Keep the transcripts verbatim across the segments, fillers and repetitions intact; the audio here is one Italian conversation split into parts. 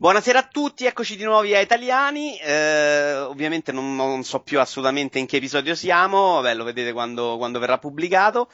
Buonasera a tutti, eccoci di nuovo a Italiani, eh, ovviamente non, non so più assolutamente in che episodio siamo, vabbè lo vedete quando, quando verrà pubblicato,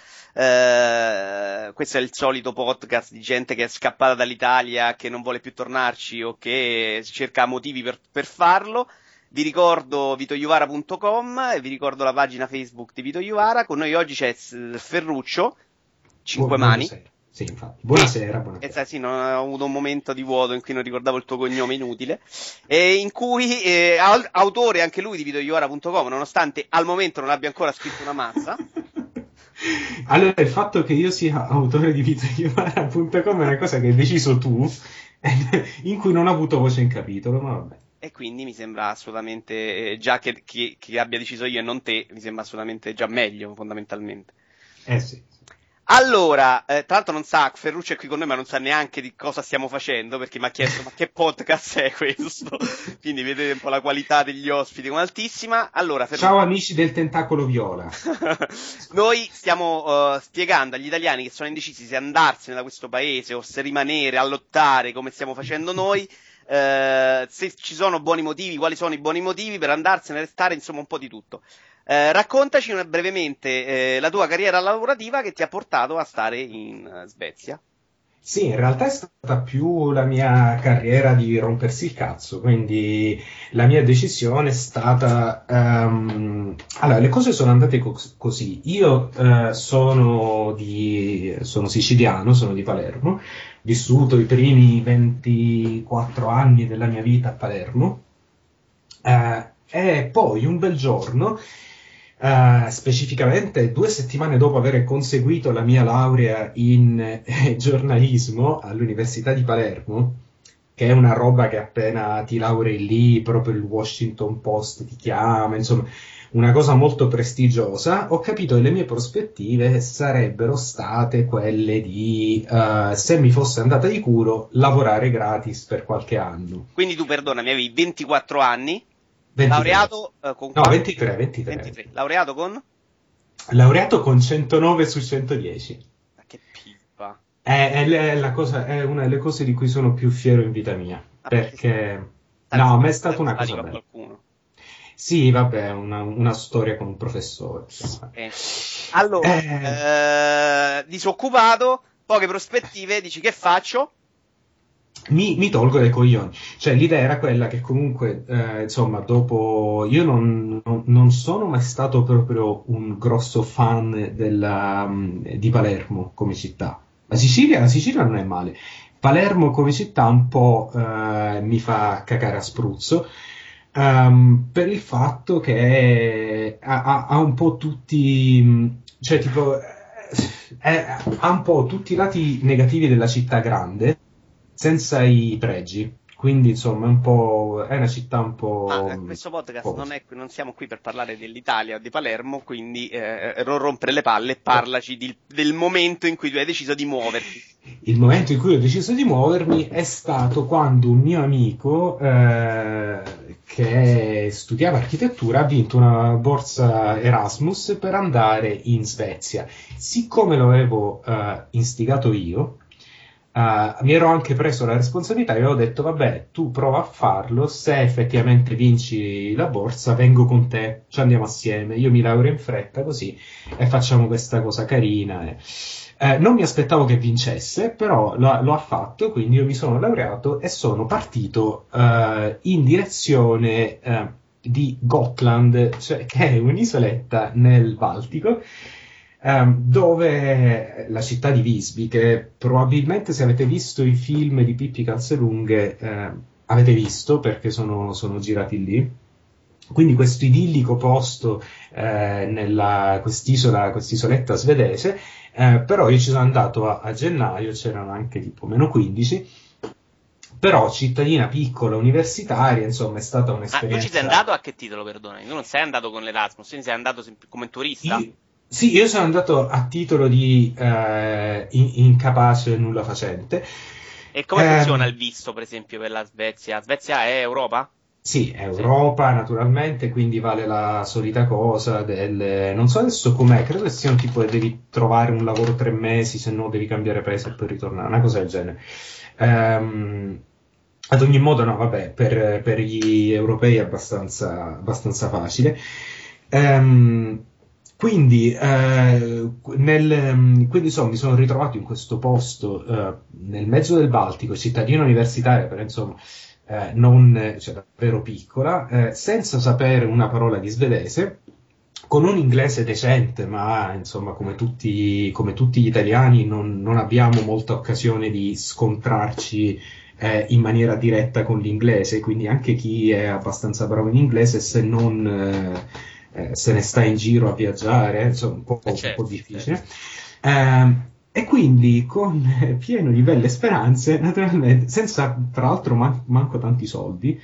eh, questo è il solito podcast di gente che è scappata dall'Italia, che non vuole più tornarci o che cerca motivi per, per farlo. Vi ricordo vito juvara punto com e vi ricordo la pagina Facebook di Vito Juvara. Con noi oggi c'è Ferruccio, cinque Buon, mani. buonasera. Sì, infatti. Buonasera, buonasera. Eh, sì, non, ho avuto un momento di vuoto in cui non ricordavo il tuo cognome inutile, e in cui eh, autore anche lui di vito juvara punto com, nonostante al momento non abbia ancora scritto una mazza. Allora, il fatto che io sia autore di vito juvara punto com è una cosa che hai deciso tu, in cui non ho avuto voce in capitolo, ma vabbè. E quindi mi sembra assolutamente, eh, già che, che, che abbia deciso io e non te, mi sembra assolutamente già meglio, fondamentalmente. Eh sì. Allora, eh, tra l'altro non sa, Ferruccio è qui con noi ma non sa neanche di cosa stiamo facendo, perché mi ha chiesto ma che podcast è questo? Quindi vedete un po' la qualità degli ospiti come altissima. Allora, Ferruccio... Ciao amici del tentacolo viola. Noi stiamo uh, spiegando agli italiani che sono indecisi se andarsene da questo paese o se rimanere a lottare come stiamo facendo noi, uh, se ci sono buoni motivi, quali sono i buoni motivi per andarsene, restare, insomma un po' di tutto. Eh, raccontaci una, brevemente eh, la tua carriera lavorativa che ti ha portato a stare in uh, Svezia. Sì, in realtà è stata più la mia carriera di rompersi il cazzo, quindi la mia decisione è stata... Um... Allora, le cose sono andate co- così. Io uh, sono, di... sono siciliano, sono di Palermo, vissuto i primi ventiquattro anni della mia vita a Palermo, uh, e poi un bel giorno... Uh, specificamente due settimane dopo aver conseguito la mia laurea in eh, giornalismo all'Università di Palermo, che è una roba che appena ti laurei lì, proprio il Washington Post ti chiama, insomma, una cosa molto prestigiosa, ho capito che le mie prospettive sarebbero state quelle di, uh, se mi fosse andata di culo, lavorare gratis per qualche anno. Quindi tu, perdonami, avevi ventiquattro anni? ventitré. Laureato uh, con no, quanto? ventitré, ventitré. ventitré. Laureato con? Laureato con centonove su centodieci. Ma che pippa. È, è, è, la cosa, è una delle cose di cui sono più fiero in vita mia. Ah, perché... No, a me è stata una cosa bella. Qualcuno. Sì, vabbè, una, una storia con un professore. Okay. Allora, eh... Eh, disoccupato, poche prospettive, dici che faccio? Mi, mi tolgo dai coglioni, cioè l'idea era quella che comunque eh, insomma dopo io non, non, non sono mai stato proprio un grosso fan della, di Palermo come città. La Sicilia, la Sicilia non è male, Palermo come città un po' eh, mi fa cacare a spruzzo, um, per il fatto che ha, ha un po' tutti, cioè tipo è, ha un po' tutti i lati negativi della città grande senza i pregi, quindi insomma è un po' è una città un po'. Ah, questo podcast non, è, non siamo qui per parlare dell'Italia o di Palermo, quindi eh, non rompere le palle, parlaci di, del momento in cui tu hai deciso di muoverti. Il momento in cui ho deciso di muovermi è stato quando un mio amico eh, che studiava architettura ha vinto una borsa Erasmus per andare in Svezia. Siccome lo avevo eh, instigato io, Uh, mi ero anche preso la responsabilità e avevo detto vabbè, tu prova a farlo, se effettivamente vinci la borsa vengo con te, ci andiamo assieme, io mi laureo in fretta così e facciamo questa cosa carina. E... Uh, non mi aspettavo che vincesse, però lo, lo ha fatto, quindi io mi sono laureato e sono partito uh, in direzione uh, di Gotland, cioè, che è un'isoletta nel Baltico, Um, dove la città di Visby, che probabilmente se avete visto i film di Pippi Calzelunghe eh, avete visto perché sono, sono girati lì, quindi questo idillico posto eh, nella quest'isola, quest'isoletta svedese, eh, però io ci sono andato a, a gennaio, c'erano anche tipo meno quindici, però cittadina piccola, universitaria, insomma è stata un'esperienza. Ma tu ci sei andato a che titolo, perdonami? Tu non sei andato con l'Erasmus, quindi sei andato come turista? Io... Sì, io sono andato a titolo di eh, in, incapace e nulla facente. E come eh, funziona il visto, per esempio, per la Svezia? Svezia è Europa? Sì, è Europa, sì. Naturalmente, quindi vale la solita cosa del... Non so adesso com'è, credo che sia un tipo che devi trovare un lavoro tre mesi, se no devi cambiare paese e poi ritornare, una cosa del genere. Um, Ad ogni modo, no, vabbè, per, per gli europei è abbastanza, abbastanza facile. Ehm, quindi, eh, nel, quindi insomma, mi sono ritrovato in questo posto eh, nel mezzo del Baltico, cittadina universitaria, però insomma, eh, non, cioè, davvero piccola, eh, senza sapere una parola di svedese, con un inglese decente, ma insomma, come tutti, come tutti gli italiani, non, non abbiamo molta occasione di scontrarci eh, in maniera diretta con l'inglese, quindi anche chi è abbastanza bravo in inglese, se non eh, eh, se ne sta in giro a viaggiare, insomma, un po', Eh, un certo, po' difficile. certo. Ehm, e quindi con eh, pieno di belle speranze, naturalmente, senza tra l'altro man- manco tanti soldi,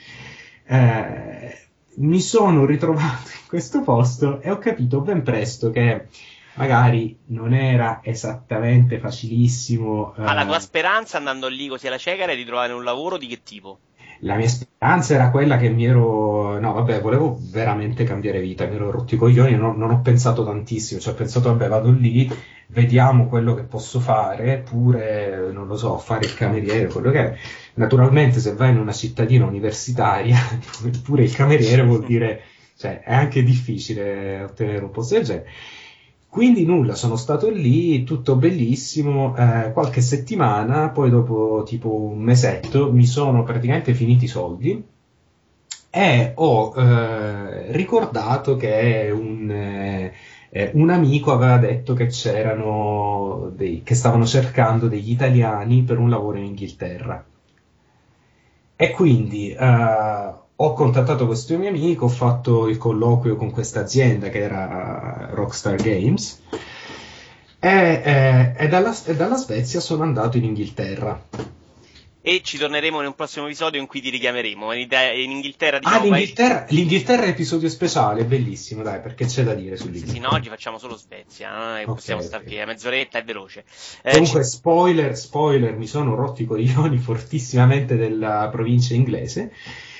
eh, mi sono ritrovato in questo posto e ho capito ben presto che magari non era esattamente facilissimo. Ma la tua eh, speranza andando lì così alla cieca era di trovare un lavoro di che tipo? La mia speranza era quella che mi ero, no, vabbè, volevo veramente cambiare vita, mi ero rotto i coglioni, non, non ho pensato tantissimo, cioè ho pensato, vabbè, vado lì, vediamo quello che posso fare, pure, non lo so, fare il cameriere, quello che è. Naturalmente se vai in una cittadina universitaria, pure il cameriere vuol dire, cioè, è anche difficile ottenere un posto del genere. Quindi nulla, sono stato lì, tutto bellissimo, eh, qualche settimana, poi dopo tipo un mesetto mi sono praticamente finiti i soldi e ho eh, ricordato che un, eh, eh, un amico aveva detto che c'erano dei, che stavano cercando degli italiani per un lavoro in Inghilterra. E quindi eh, ho contattato questo mio amico, ho fatto il colloquio con questa azienda che era Rockstar Games e, eh, e dalla, e dalla Svezia sono andato in Inghilterra. E ci torneremo in un prossimo episodio in cui ti richiameremo. In, Ita- in Inghilterra, Ah, diciamo, vai... l'Inghilterra, l'Inghilterra è episodio speciale, bellissimo, dai, perché c'è da dire Sì, sì, no, sull'Inghilterra. oggi facciamo solo Svezia, no? E Ok, possiamo star ok. via, mezz'oretta è veloce. Eh, ci- Comunque, spoiler, spoiler, mi sono rotti i coglioni fortissimamente della provincia inglese.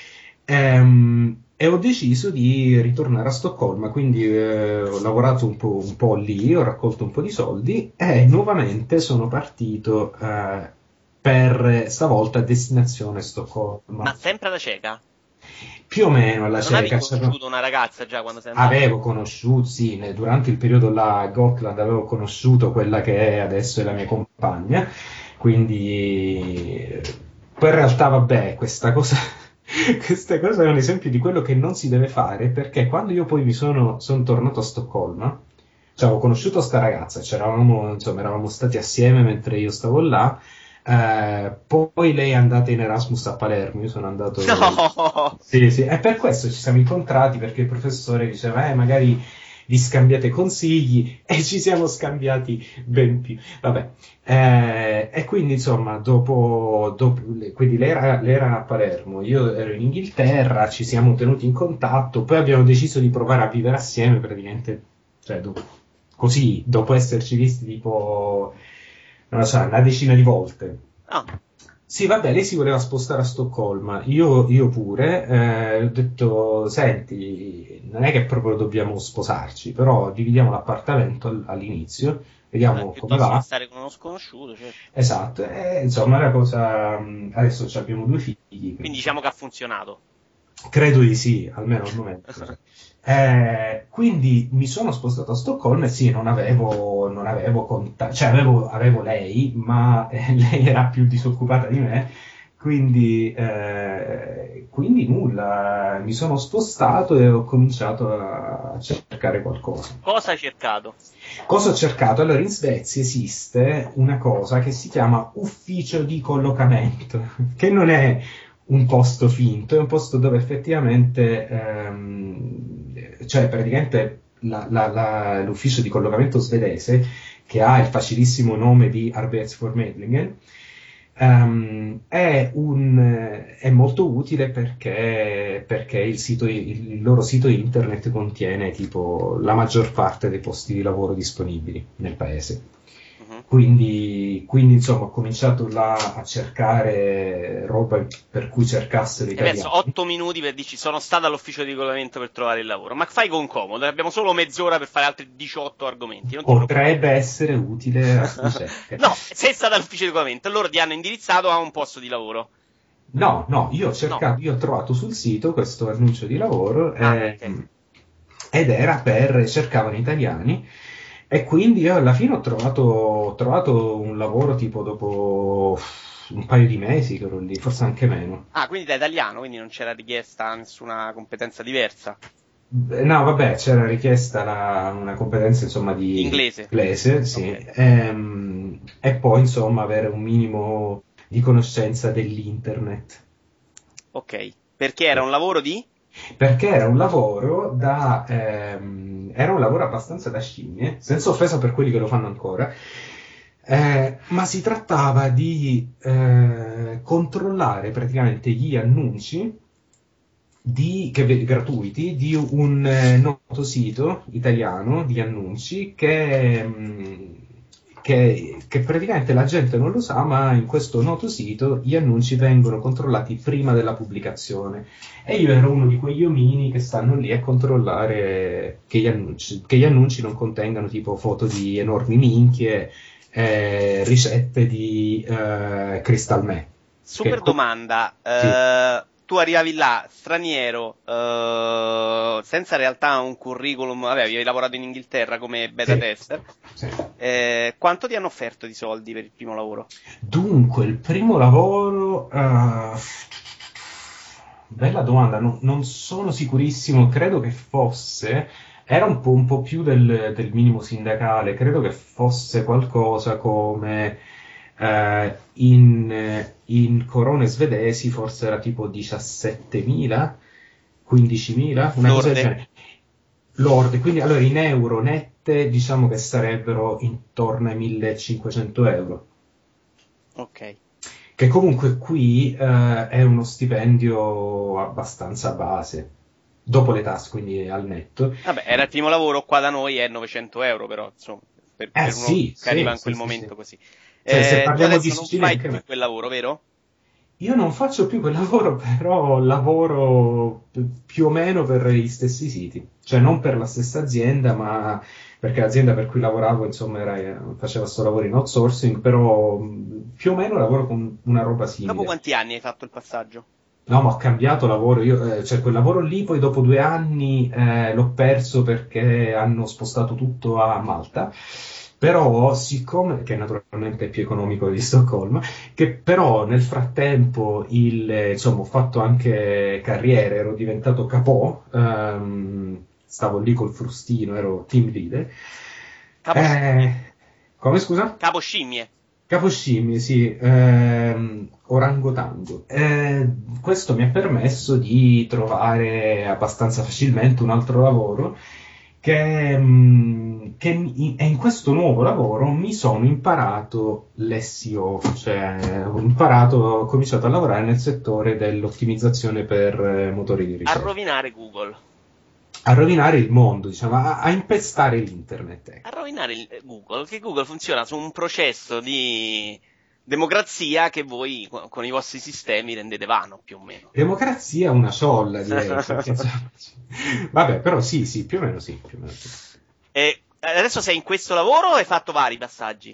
Ehm, e ho deciso di ritornare a Stoccolma, quindi eh, ho lavorato un po', un po' lì, ho raccolto un po' di soldi e nuovamente sono partito eh, per stavolta destinazione Ma Stoccolma. sempre alla cieca? Più o meno alla Non avevi cieca, c'avevo conosciuto una ragazza già quando sei andato? avevo conosciuto, sì, nel- durante il periodo là a Gotland avevo conosciuto quella che è adesso è la mia compagna, quindi poi in realtà vabbè, questa cosa, questa cosa è un esempio di quello che non si deve fare, perché quando io poi mi sono, sono tornato a Stoccolma, cioè avevo conosciuto sta ragazza, c'eravamo, insomma, eravamo stati assieme mentre io stavo là, eh, poi lei è andata in Erasmus a Palermo, io sono andato. No! Sì, sì, e per questo ci siamo incontrati perché il professore diceva, eh, magari vi scambiate consigli e ci siamo scambiati ben più. Vabbè, eh, e quindi insomma, dopo, dopo quindi lei era, lei era a Palermo, io ero in Inghilterra, ci siamo tenuti in contatto, poi abbiamo deciso di provare a vivere assieme praticamente, cioè, do- così, dopo esserci visti tipo, non lo so, una decina di volte. Ah, Sì, vabbè, lei si voleva spostare a Stoccolma, io, io pure, eh, ho detto, senti, non è che proprio dobbiamo sposarci, però dividiamo l'appartamento all- all'inizio, vabbè, vediamo come piuttosto che va. stare con uno sconosciuto, certo. Esatto, e insomma la cosa, mh, adesso ci abbiamo due figli, quindi Quindi insomma, diciamo che ha funzionato. credo di sì, almeno al momento. Eh, quindi mi sono spostato a Stoccolma e sì, non avevo, non avevo contatto, cioè avevo, avevo lei, ma eh, lei era più disoccupata di me, quindi, eh, quindi nulla, mi sono spostato e ho cominciato a cercare qualcosa. Cosa hai cercato? Cosa ho cercato? Allora, in Svezia esiste una cosa che si chiama ufficio di collocamento, che non è un posto finto, è un posto dove effettivamente, ehm, cioè praticamente la- la- la- l'ufficio di collocamento svedese, che ha il facilissimo nome di Arbetsförmedlingen, ehm, è, un- è molto utile perché, perché il, sito- il- il loro sito internet contiene tipo la maggior parte dei posti di lavoro disponibili nel paese. Mhm. Quindi, quindi, insomma, ho cominciato là a cercare roba per cui cercassero Hai perso italiani. otto minuti per dirci sono stato all'ufficio di regolamento per trovare il lavoro. Ma fai con comodo, abbiamo solo mezz'ora per fare altri diciotto argomenti, non ti preoccupare. Potrebbe essere utile a chi cerca. No, sei stato all'ufficio di regolamento, loro ti hanno indirizzato a un posto di lavoro. No, no, io ho cercato, No. io ho trovato sul sito questo annuncio di lavoro Ah, eh, ok. ed era per, cercavano italiani e quindi io alla fine ho trovato, ho trovato un lavoro tipo dopo un paio di mesi che ero lì, forse anche meno. Ah, quindi da italiano, quindi non c'era richiesta nessuna competenza diversa. Eh, No, vabbè, c'era richiesta la- una competenza insomma Di di inglese. inglese, sì, Ok. ehm, e poi insomma avere un minimo di conoscenza dell'internet. Ok. Perché era un lavoro di? Perché era un lavoro da, ehm, era un lavoro abbastanza da scimmie, senza offesa per quelli che lo fanno ancora, eh, ma si trattava di eh, controllare praticamente gli annunci di, che, ve- gratuiti di un eh, noto sito italiano di annunci che, mh, che, che praticamente la gente non lo sa, ma in questo noto sito gli annunci vengono controllati prima della pubblicazione. E io ero uno di quegli omini che stanno lì a controllare che gli annunci, che gli annunci non contengano tipo foto di enormi minchie, eh, ricette di eh, Crystal Me. Che Super co- domanda. sì, Eh, tu arrivavi là, straniero, eh, senza in realtà un curriculum, vabbè, avevi lavorato in Inghilterra come beta sì, tester. sì. Eh, quanto ti hanno offerto di soldi per il primo lavoro? Dunque, il primo lavoro... eh, bella domanda, non, non sono sicurissimo, credo che fosse... Era un po', un po' più del, del minimo sindacale, credo che fosse qualcosa come eh, in, in corone svedesi forse era tipo diciassettemila, quindicimila, una cosa del Lorde? genere. Lorde, quindi allora in euro nette diciamo che sarebbero intorno ai millecinquecento euro. Ok. Che comunque qui eh, è uno stipendio abbastanza base, dopo le tasse, quindi al netto. Vabbè, era il primo lavoro, qua da noi è novecento euro, però, insomma, per, Eh per uno sì, che arriva sì, in sì, quel sì, sì. momento così. Cioè, se Eh, tu parliamo di adesso non Sicilia fai anche più me. quel lavoro, vero? Io non faccio più quel lavoro, però lavoro p- più o meno per gli stessi siti, cioè non per la stessa azienda, ma perché l'azienda per cui lavoravo, insomma, era- faceva questo lavoro in outsourcing, però mh, più o meno lavoro con una roba Dopo simile. quanti anni hai fatto il passaggio? No, ma ho cambiato lavoro, io, eh, cioè quel lavoro lì poi dopo due anni eh, l'ho perso perché hanno spostato tutto a Malta, però siccome, che naturalmente è più economico di Stoccolma, che però nel frattempo il, eh, insomma, ho fatto anche carriera, ero diventato capo, ehm, stavo lì col frustino, ero team leader. Capo scimmie. Eh, come scusa? Capo scimmie. Caposcimmi, sì, ehm, orangotango. Eh, questo mi ha permesso di trovare abbastanza facilmente un altro lavoro che, mm, che in, e in questo nuovo lavoro mi sono imparato l'S E O, cioè ho imparato, ho cominciato a lavorare nel settore dell'ottimizzazione per eh, motori di A ricerca, rovinare Google. a rovinare il mondo, diciamo, a, a impestare l'internet, A ecco. rovinare il- eh, Google, che Google funziona su un processo di democrazia che voi co- con i vostri sistemi rendete vano, più o meno. Democrazia una ciolla, direi, perché insomma, vabbè, però sì, sì, più o meno sì, più o meno sì. E adesso sei in questo lavoro o hai fatto vari passaggi?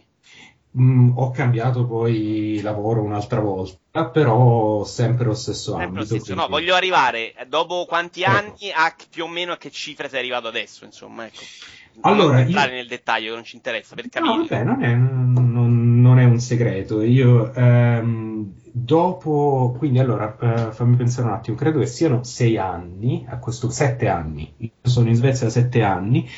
Mm, ho cambiato poi lavoro un'altra volta, però sempre lo stesso Sempre lo ambito, stesso. No, quindi voglio arrivare eh, dopo quanti ecco. anni a che- più o meno a che cifre sei arrivato adesso, insomma, ecco. Non Allora, io entrare nel dettaglio che non ci interessa, per no, capire. vabbè, non è, non- non è un segreto. Io ehm, dopo, quindi allora, eh, fammi pensare un attimo, credo che siano sei anni, a questo sette anni. Io sono in Svezia da sette anni.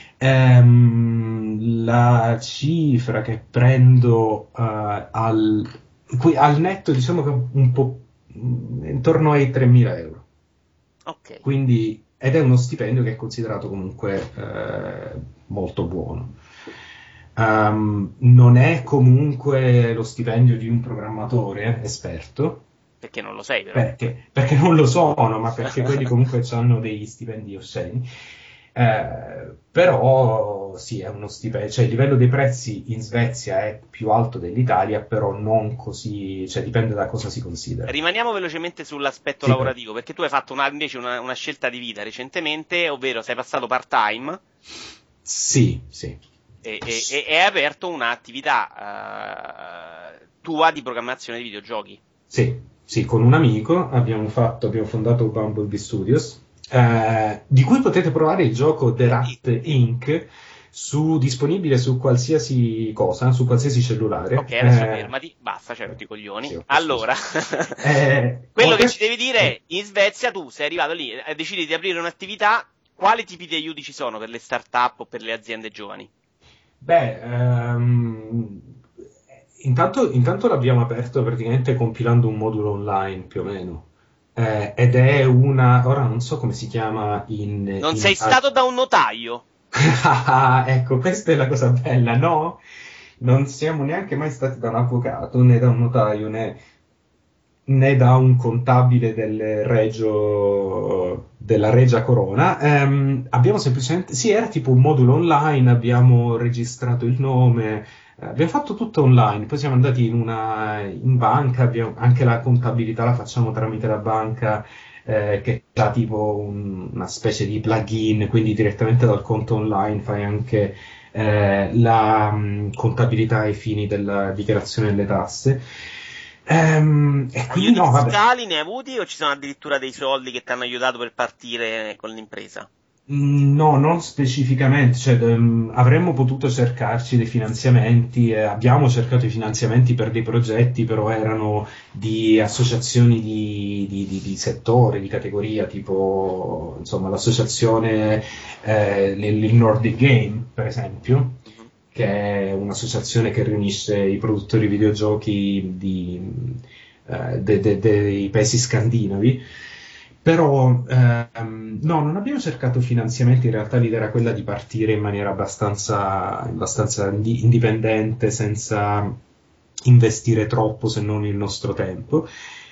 Ehm, la cifra che prendo eh, al, qui- al netto, diciamo che un po' mm, intorno ai tremila euro. Ok. Quindi, ed è uno stipendio che è considerato comunque eh, molto buono. Um, non è comunque lo stipendio di un programmatore esperto, Perché non lo sei, però. perché, perché non lo sono, ma perché quelli comunque hanno degli stipendi osceni. Eh, però sì, è uno stipendio, cioè il livello dei prezzi in Svezia è più alto dell'Italia, però non così, cioè dipende da cosa si considera. Rimaniamo velocemente sull'aspetto Sì, prego. lavorativo, perché tu hai fatto una- invece una, una scelta di vita recentemente, ovvero sei passato part-time Sì, sì. e, e- e- e hai aperto un'attività eh, tua di programmazione di videogiochi. Sì, sì, con un amico abbiamo fatto, abbiamo fondato Bumblebee Studios, eh, di cui potete provare il gioco The Rat incorporated, su, disponibile su qualsiasi cosa, su qualsiasi cellulare. Ok, adesso Eh, fermati, basta, c'hai tutti i coglioni. sì, Allora, eh, quello che per... ci devi dire è, in Svezia tu sei arrivato lì e decidi di aprire un'attività, quali tipi di aiuti ci sono per le start-up o per le aziende giovani? Beh, ehm, intanto, intanto l'abbiamo aperto praticamente compilando un modulo online più o meno. Eh, ed è una, ora non so come si chiama in, Non in sei Italia. stato da un notaio? Ah, ecco, questa è la cosa bella, no? Non siamo neanche mai stati da un avvocato, né da un notaio, né, né da un contabile del Regio, della Regia Corona. Ehm, abbiamo semplicemente, sì, era tipo un modulo online, abbiamo registrato il nome, eh, abbiamo fatto tutto online, poi siamo andati in una in banca, abbiamo- anche la contabilità la facciamo tramite la banca, eh, che ha tipo un- una specie di plugin, quindi direttamente dal conto online fai anche eh, la mh, contabilità ai fini della dichiarazione delle tasse. Ehm, e quindi Aiuti no, vabbè. fiscali ne hai avuti o ci sono addirittura dei soldi che ti hanno aiutato per partire con l'impresa? Mm, no, non specificamente, cioè, ehm, avremmo potuto cercarci dei finanziamenti, eh, abbiamo cercato i finanziamenti per dei progetti, però erano di associazioni di, di- di- di settore, di categoria, tipo insomma l'associazione, eh, il il Nordic Game, per esempio, Mhm. che è un'associazione che riunisce i produttori videogiochi di, eh, de- de- dei paesi scandinavi. Però ehm, no, non abbiamo cercato finanziamenti, in realtà l'idea era quella di partire in maniera abbastanza, abbastanza indi- indipendente, senza investire troppo se non il nostro tempo.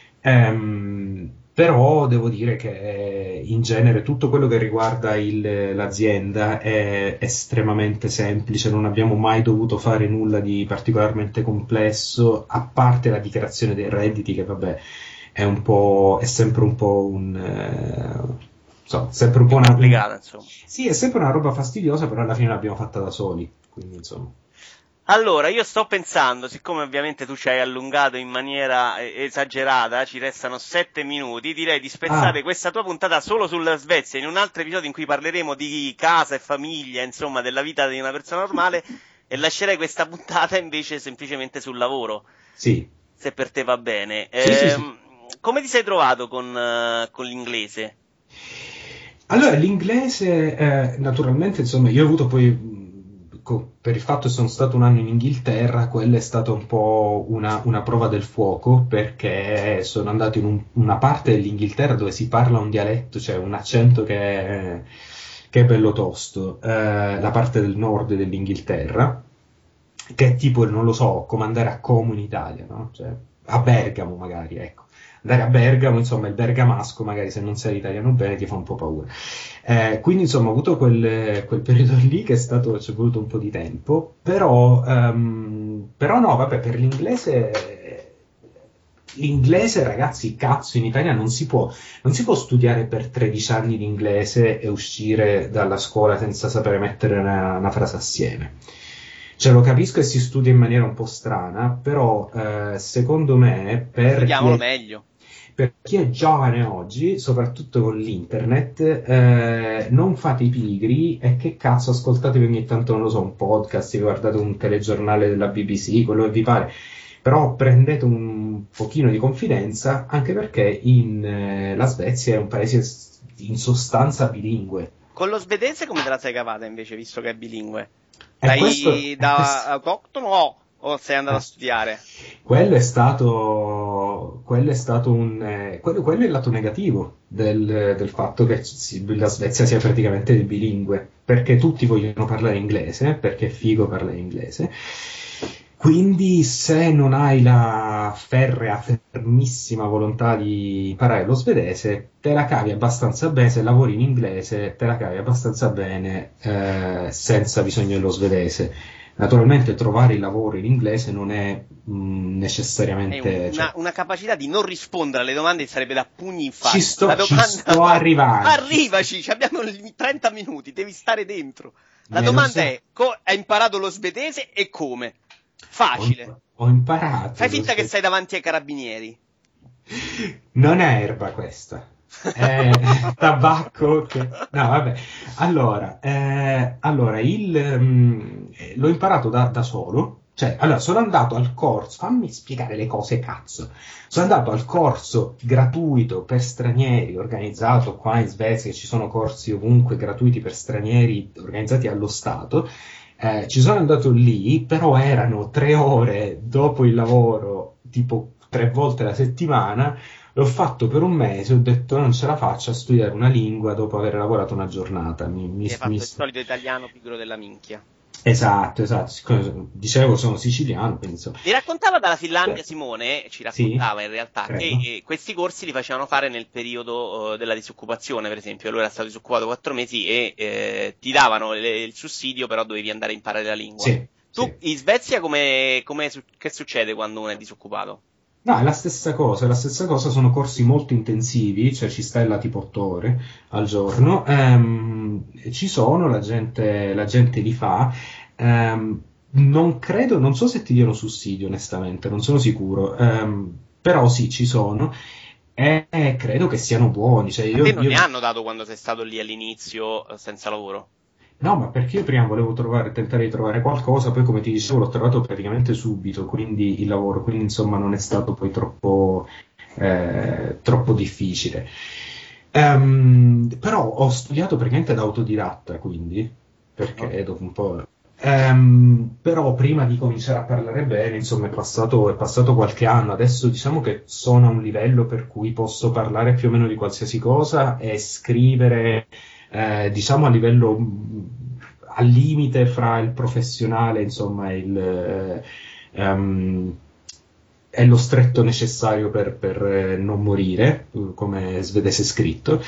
Ehm, però devo dire che eh, in genere tutto quello che riguarda il- l'azienda è estremamente semplice, non abbiamo mai dovuto fare nulla di particolarmente complesso, a parte la dichiarazione dei redditi, che vabbè è un po', è sempre un po' un, eh, so, sempre un po' Più una, un- complicata, insomma. sì, è sempre una roba fastidiosa, però alla fine l'abbiamo fatta da soli, quindi insomma. Allora, io sto pensando, siccome ovviamente tu ci hai allungato in maniera eh, esagerata, ci restano sette minuti, direi di spezzare Ah, questa tua puntata solo sulla Svezia, in un altro episodio in cui parleremo di casa e famiglia, insomma, della vita di una persona normale, e lascerei questa puntata invece semplicemente sul lavoro, sì, se per te va bene. sì, sì, sì. Ehm, come ti sei trovato con, eh, con l'inglese? Allora, l'inglese, eh, naturalmente, insomma, io ho avuto poi, mh, co- per il fatto che sono stato un anno in Inghilterra, quella è stata un po' una, una prova del fuoco, perché sono andato in un- una parte dell'Inghilterra dove si parla un dialetto, cioè un accento che è, che è bello tosto, eh, la parte del nord dell'Inghilterra, che è tipo, non lo so, come andare a Como in Italia, no? Cioè, a Bergamo magari, ecco. Andare a Bergamo, insomma, il bergamasco, magari se non sai l'italiano bene, ti fa un po' paura. Eh, quindi, insomma, ho avuto quel, quel periodo lì che è stato, ci è voluto un po' di tempo, però, ehm, però no, vabbè, per l'inglese, l'inglese, ragazzi, cazzo, in Italia non si può, non si può studiare per tredici anni di inglese e uscire dalla scuola senza sapere mettere una, una frase assieme. Cioè, lo capisco e si studia in maniera un po' strana, però eh, secondo me per chi Studiamolo è, meglio. per chi è giovane oggi, soprattutto con l'internet, eh, non fate i pigri e che cazzo ascoltatevi ogni tanto, non lo so, un podcast, vi guardate un telegiornale della B B C, quello che vi pare, però prendete un pochino di confidenza, anche perché in, eh, la Svezia è un paese s- in sostanza bilingue. Con lo svedese come te la sei cavata invece, visto che è bilingue? E questo, Dai e da questo autoctono o sei andato a eh, studiare? quello è stato, quello è stato un, eh, quello, quello è il lato negativo del, del fatto che si- la Svezia sia praticamente bilingue, perché tutti vogliono parlare inglese, perché è figo parlare inglese. Quindi, se non hai la ferrea, fermissima volontà di imparare lo svedese, te la cavi abbastanza bene. Se lavori in inglese, te la cavi abbastanza bene, eh, senza bisogno dello svedese. Naturalmente trovare il lavoro in inglese non è mh, È un- necessariamente, una, cioè, una capacità di non rispondere alle domande sarebbe da pugni in ci faccia. La sto, ci domanda sto va... arrivando, ci sto- Arrivaci, ci abbiamo il- trenta minuti, devi stare dentro. La me lo domanda sa, è, co- hai imparato lo svedese e come? ho, Facile. imp- ho imparato Fai lo finta che svedese. sei davanti ai carabinieri. Non è erba questa, è tabacco che... No, vabbè. Allora, eh, allora il, mm, eh, l'ho imparato da, da solo. Cioè, allora, sono andato al corso, fammi spiegare le cose, cazzo. Sono andato al corso gratuito per stranieri, organizzato qua in Svezia, che ci sono corsi ovunque gratuiti per stranieri, organizzati allo Stato. Eh, ci sono andato lì, però erano tre ore dopo il lavoro, tipo tre volte la settimana. L'ho fatto per un mese, ho detto non ce la faccio a studiare una lingua dopo aver lavorato una giornata. Mi, mi, Hai fatto mi... il solito italiano pigro della minchia. Esatto, esatto. Siccome, dicevo, sono siciliano, quindi insomma. Mi raccontava dalla Finlandia Simone, ci raccontava Sì, in realtà, che prego. eh, questi corsi li facevano fare nel periodo eh, della disoccupazione, per esempio. Lui era stato disoccupato quattro mesi e eh, ti davano le- il sussidio, però dovevi andare a imparare la lingua. Sì, Tu sì. in Svezia come, come su- che succede quando uno è disoccupato? No, è la stessa cosa, è la stessa cosa, sono corsi molto intensivi, cioè ci stai là tipo otto ore al giorno, ehm, ci sono, la gente, la gente li fa, ehm, non credo, non so se ti diano sussidio onestamente, non sono sicuro, ehm, però sì, ci sono e credo che siano buoni, cioè A te io, non ne io hanno dato quando sei stato lì all'inizio eh, senza lavoro? No, ma perché io prima volevo trovare, tentare di trovare qualcosa, poi come ti dicevo l'ho trovato praticamente subito, quindi il lavoro, quindi insomma non è stato poi troppo, eh, troppo difficile. Ehm, però ho studiato praticamente da autodidatta, quindi, Ah. perché dopo un po'... Ehm, però prima di cominciare a parlare bene, insomma, è passato, è passato qualche anno. Adesso diciamo che sono a un livello per cui posso parlare più o meno di qualsiasi cosa e scrivere eh, diciamo a livello mh, al limite fra il professionale, insomma, e il, eh, ehm, è lo stretto necessario per, per, eh, non morire, eh, come svedese scritto.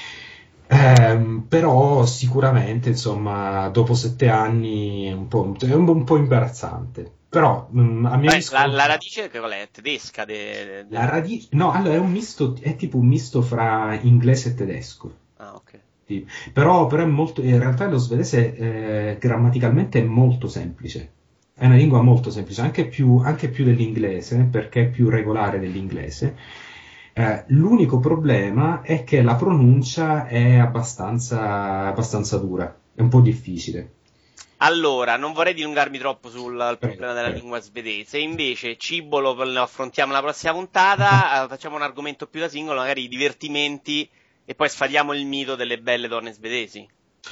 Ehm, però sicuramente, insomma, dopo sette anni è un po', è un, un po' imbarazzante. Però, mh, a mia Beh, la, la discolpa, radice che qual è? Tedesca de- la del... radice... No, allora è un misto, è tipo un misto fra inglese e tedesco. Ah, ok. Sì. Però, però è molto, in realtà lo svedese eh, grammaticalmente è molto semplice, è una lingua molto semplice, anche più, anche più dell'inglese, perché è più regolare dell'inglese. Eh, l'unico problema è che la pronuncia è abbastanza, abbastanza dura, è un po' difficile. Allora, non vorrei dilungarmi troppo sul al Prego, problema della prego. lingua svedese, invece cibo lo, lo affrontiamo la prossima puntata, eh, facciamo un argomento più da singolo, magari i divertimenti, e poi sfatiamo il mito delle belle donne svedesi.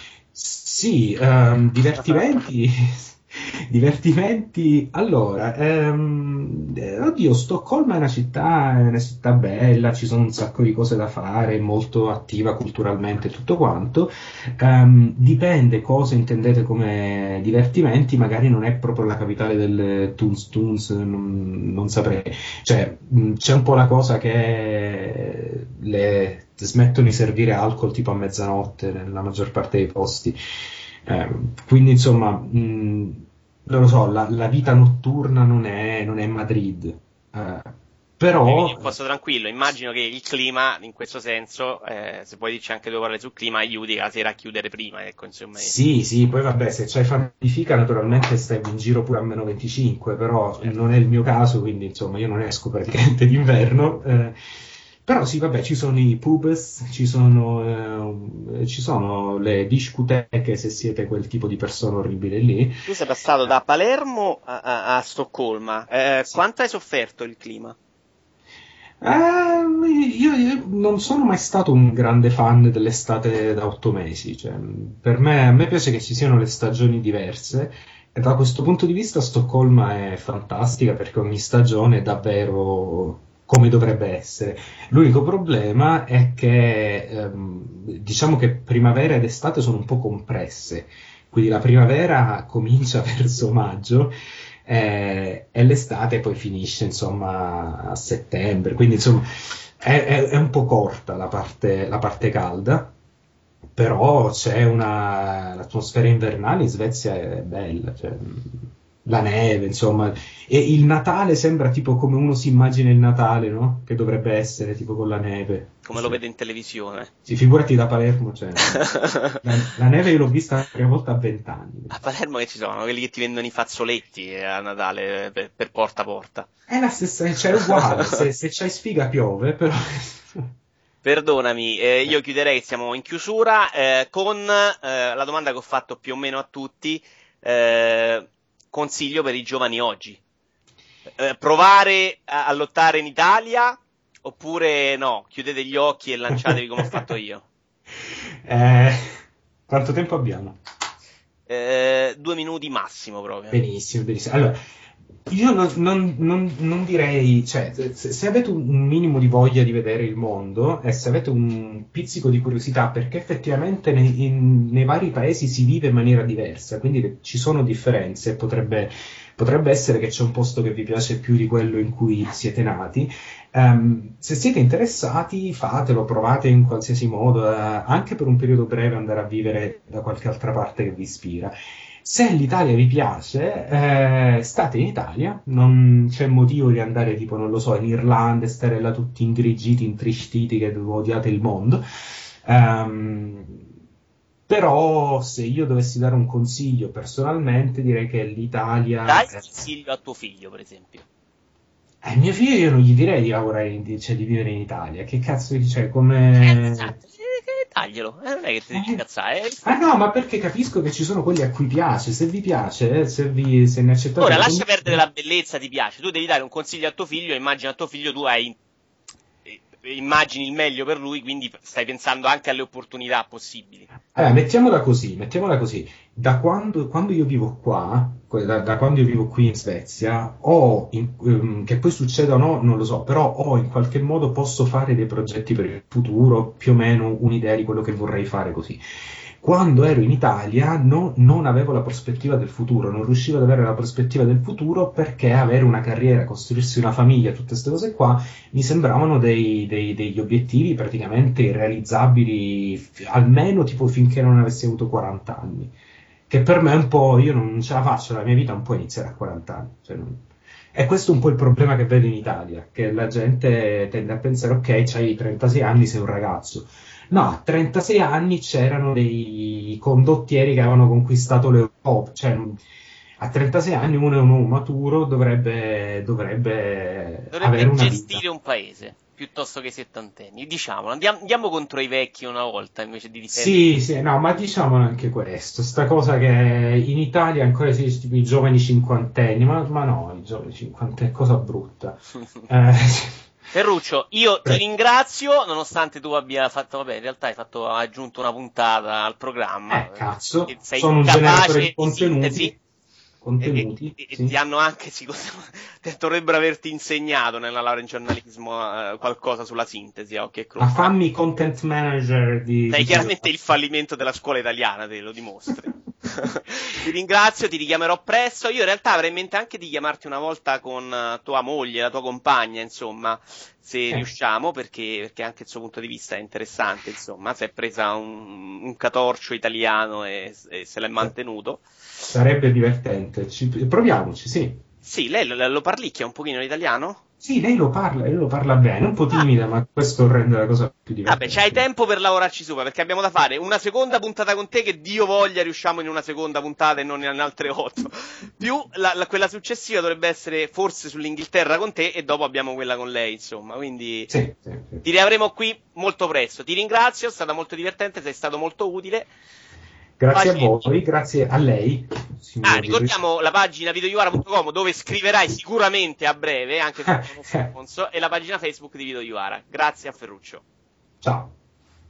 Sì, ehm, divertimenti, divertimenti. Allora, ehm, eh, oddio, Stoccolma è una città, è una città bella, ci sono un sacco di cose da fare, molto attiva culturalmente e tutto quanto. Ehm, dipende cosa intendete come divertimenti, magari non è proprio la capitale del Tunes Tunes, non, non saprei. Cioè, mh, c'è un po' la cosa che le smettono di servire alcol tipo a mezzanotte nella maggior parte dei posti. Eh, quindi, insomma, mh, non lo so, la, la vita notturna non è, non è Madrid. Eh, Ok, quindi però un posto tranquillo. Immagino che il clima, in questo senso, eh, se poi dirci anche due parole sul clima, aiuti la sera a chiudere prima, ecco, insomma. eh, sì, sì, poi vabbè, se c'hai famiglifica naturalmente stai in giro pure a meno venticinque, però Certo. non è il mio caso, quindi insomma io non esco praticamente d'inverno. Eh, però sì, vabbè, ci sono i pubs, ci sono, eh, ci sono le discoteche se siete quel tipo di persona orribile lì. Tu sei passato da Palermo a, a- a Stoccolma. Eh, Sì. quanto hai sofferto il clima? Eh, io, io non sono mai stato un grande fan dell'estate da otto mesi, cioè, per me, a me piace che ci siano le stagioni diverse e da questo punto di vista Stoccolma è fantastica perché ogni stagione è davvero come dovrebbe essere. L'unico problema è che ehm, diciamo che primavera ed estate sono un po' compresse, quindi la primavera comincia verso maggio eh, e l'estate poi finisce insomma a settembre, quindi insomma è, è- è un po' corta la parte, la parte calda, però c'è una, l'atmosfera invernale in Svezia è bella, cioè, la neve, insomma, e il Natale sembra tipo come uno si immagina il Natale, no? Che dovrebbe essere tipo con la neve. Come lo vede in televisione. Sì, figurati da Palermo, cioè, la, la neve io l'ho vista la prima volta a vent'anni. A Palermo che ci sono? Quelli che ti vendono i fazzoletti a Natale per, per porta a porta. È la stessa, cioè è uguale, se, se c'hai sfiga piove, però... Perdonami, eh, io chiuderei, siamo in chiusura, eh, con eh, la domanda che ho fatto più o meno a tutti, eh, consiglio per i giovani oggi. Eh, provare a, a lottare in Italia oppure no, chiudete gli occhi e lanciatevi come ho fatto io. Eh, quanto tempo abbiamo? Eh, due minuti massimo proprio. Benissimo, benissimo. Allora, io non, non, non, non direi, cioè, se, se avete un minimo di voglia di vedere il mondo e se avete un pizzico di curiosità, perché effettivamente nei, in, nei vari paesi si vive in maniera diversa, quindi ci sono differenze, potrebbe, potrebbe essere che c'è un posto che vi piace più di quello in cui siete nati. Um, se siete interessati, fatelo, provate in qualsiasi modo, uh, anche per un periodo breve andare a vivere da qualche altra parte che vi ispira. Se l'Italia vi piace, eh, state in Italia, non c'è motivo di andare tipo, non lo so, in Irlanda e stare là tutti ingrigiti, intristiti che odiate il mondo. Um, però se io dovessi dare un consiglio personalmente direi che l'Italia... Dai consiglio a tuo figlio, per esempio. Eh, mio figlio io non gli direi di lavorare, in, cioè di vivere in Italia, che cazzo dice, come... Esatto. Taglielo, eh, non è che ti devi incazzare. Eh. Ah no, ma perché capisco che ci sono quelli a cui piace, se vi piace, se, vi, se ne accettate... Ora, lascia perdere la bellezza, ti piace, tu devi dare un consiglio a tuo figlio, immagina a tuo figlio tu hai... immagini il meglio per lui, quindi stai pensando anche alle opportunità possibili. Allora, mettiamola così, mettiamola così. Da quando, quando io vivo qua, da, da quando io vivo qui in Svezia, ho, in, um, che poi succeda o no, non lo so, però ho in qualche modo posso fare dei progetti per il futuro, più o meno un'idea di quello che vorrei fare così. Quando ero in Italia no, non avevo la prospettiva del futuro, non riuscivo ad avere la prospettiva del futuro perché avere una carriera, costruirsi una famiglia, tutte queste cose qua, mi sembravano dei, dei, degli obiettivi praticamente irrealizzabili, f- almeno tipo finché non avessi avuto quaranta anni. Che per me è un po', io non ce la faccio, la mia vita un po' iniziare a quaranta anni. Cioè non... E questo è un po' il problema che vedo in Italia, che la gente tende a pensare, ok, c'hai trentasei anni, sei un ragazzo. No, a trentasei anni c'erano dei condottieri che avevano conquistato l'Europa, cioè a trentasei anni uno è un uomo maturo, dovrebbe, dovrebbe, dovrebbe avere una gestire vita. un paese, piuttosto che i settantenni. Diciamolo, andiamo, andiamo contro i vecchi una volta invece di difendere. Sì, sì, no, ma diciamolo anche questo, sta cosa che in Italia ancora esistono tipo i giovani cinquantenni, ma, ma no, i giovani cinquantenni, cosa brutta. eh, Ferruccio, io Prego. ti ringrazio, nonostante tu abbia fatto, vabbè, in realtà hai fatto, hai aggiunto una puntata al programma. Eh, cazzo, e sei sono un generatore di capace contenuti. sintesi. Contenuti, E, e, sì. e ti hanno anche, sì, dovrebbero averti insegnato nella laurea in giornalismo eh, qualcosa sulla sintesi, a occhio e croce. Ma fammi content manager di... Sei di- chiaramente il fallimento della scuola italiana, te lo dimostri. Ti ringrazio, ti richiamerò presto. Io in realtà avrei in mente anche di chiamarti una volta con eh, tua moglie, la tua compagna, insomma, se Eh. riusciamo, perché, perché anche il suo punto di vista è interessante, insomma, si è presa un, un catorcio italiano e, e se l'è mantenuto. Sarebbe divertente. Ci- proviamoci, sì. Sì, lei lo, lo parlicchia un pochino l'italiano? Sì, lei lo parla, lei lo parla bene, un po' timida, ma questo rende la cosa più divertente. Vabbè, c'hai tempo per lavorarci sopra, perché abbiamo da fare una seconda puntata con te, che Dio voglia riusciamo in una seconda puntata e non in altre otto. Più la, la- quella successiva dovrebbe essere forse sull'Inghilterra con te e dopo abbiamo quella con lei, insomma, quindi Sì, sì, sì. ti riavremo qui molto presto. Ti ringrazio, è stata molto divertente, sei stato molto utile. Grazie a Pagine- voi, grazie a lei. signor Ah, Di- ricordiamo la pagina videoiuara punto com dove scriverai sicuramente a breve, anche se non sono sponsor, e la pagina Facebook di Video Iuara. Grazie a Ferruccio. Ciao.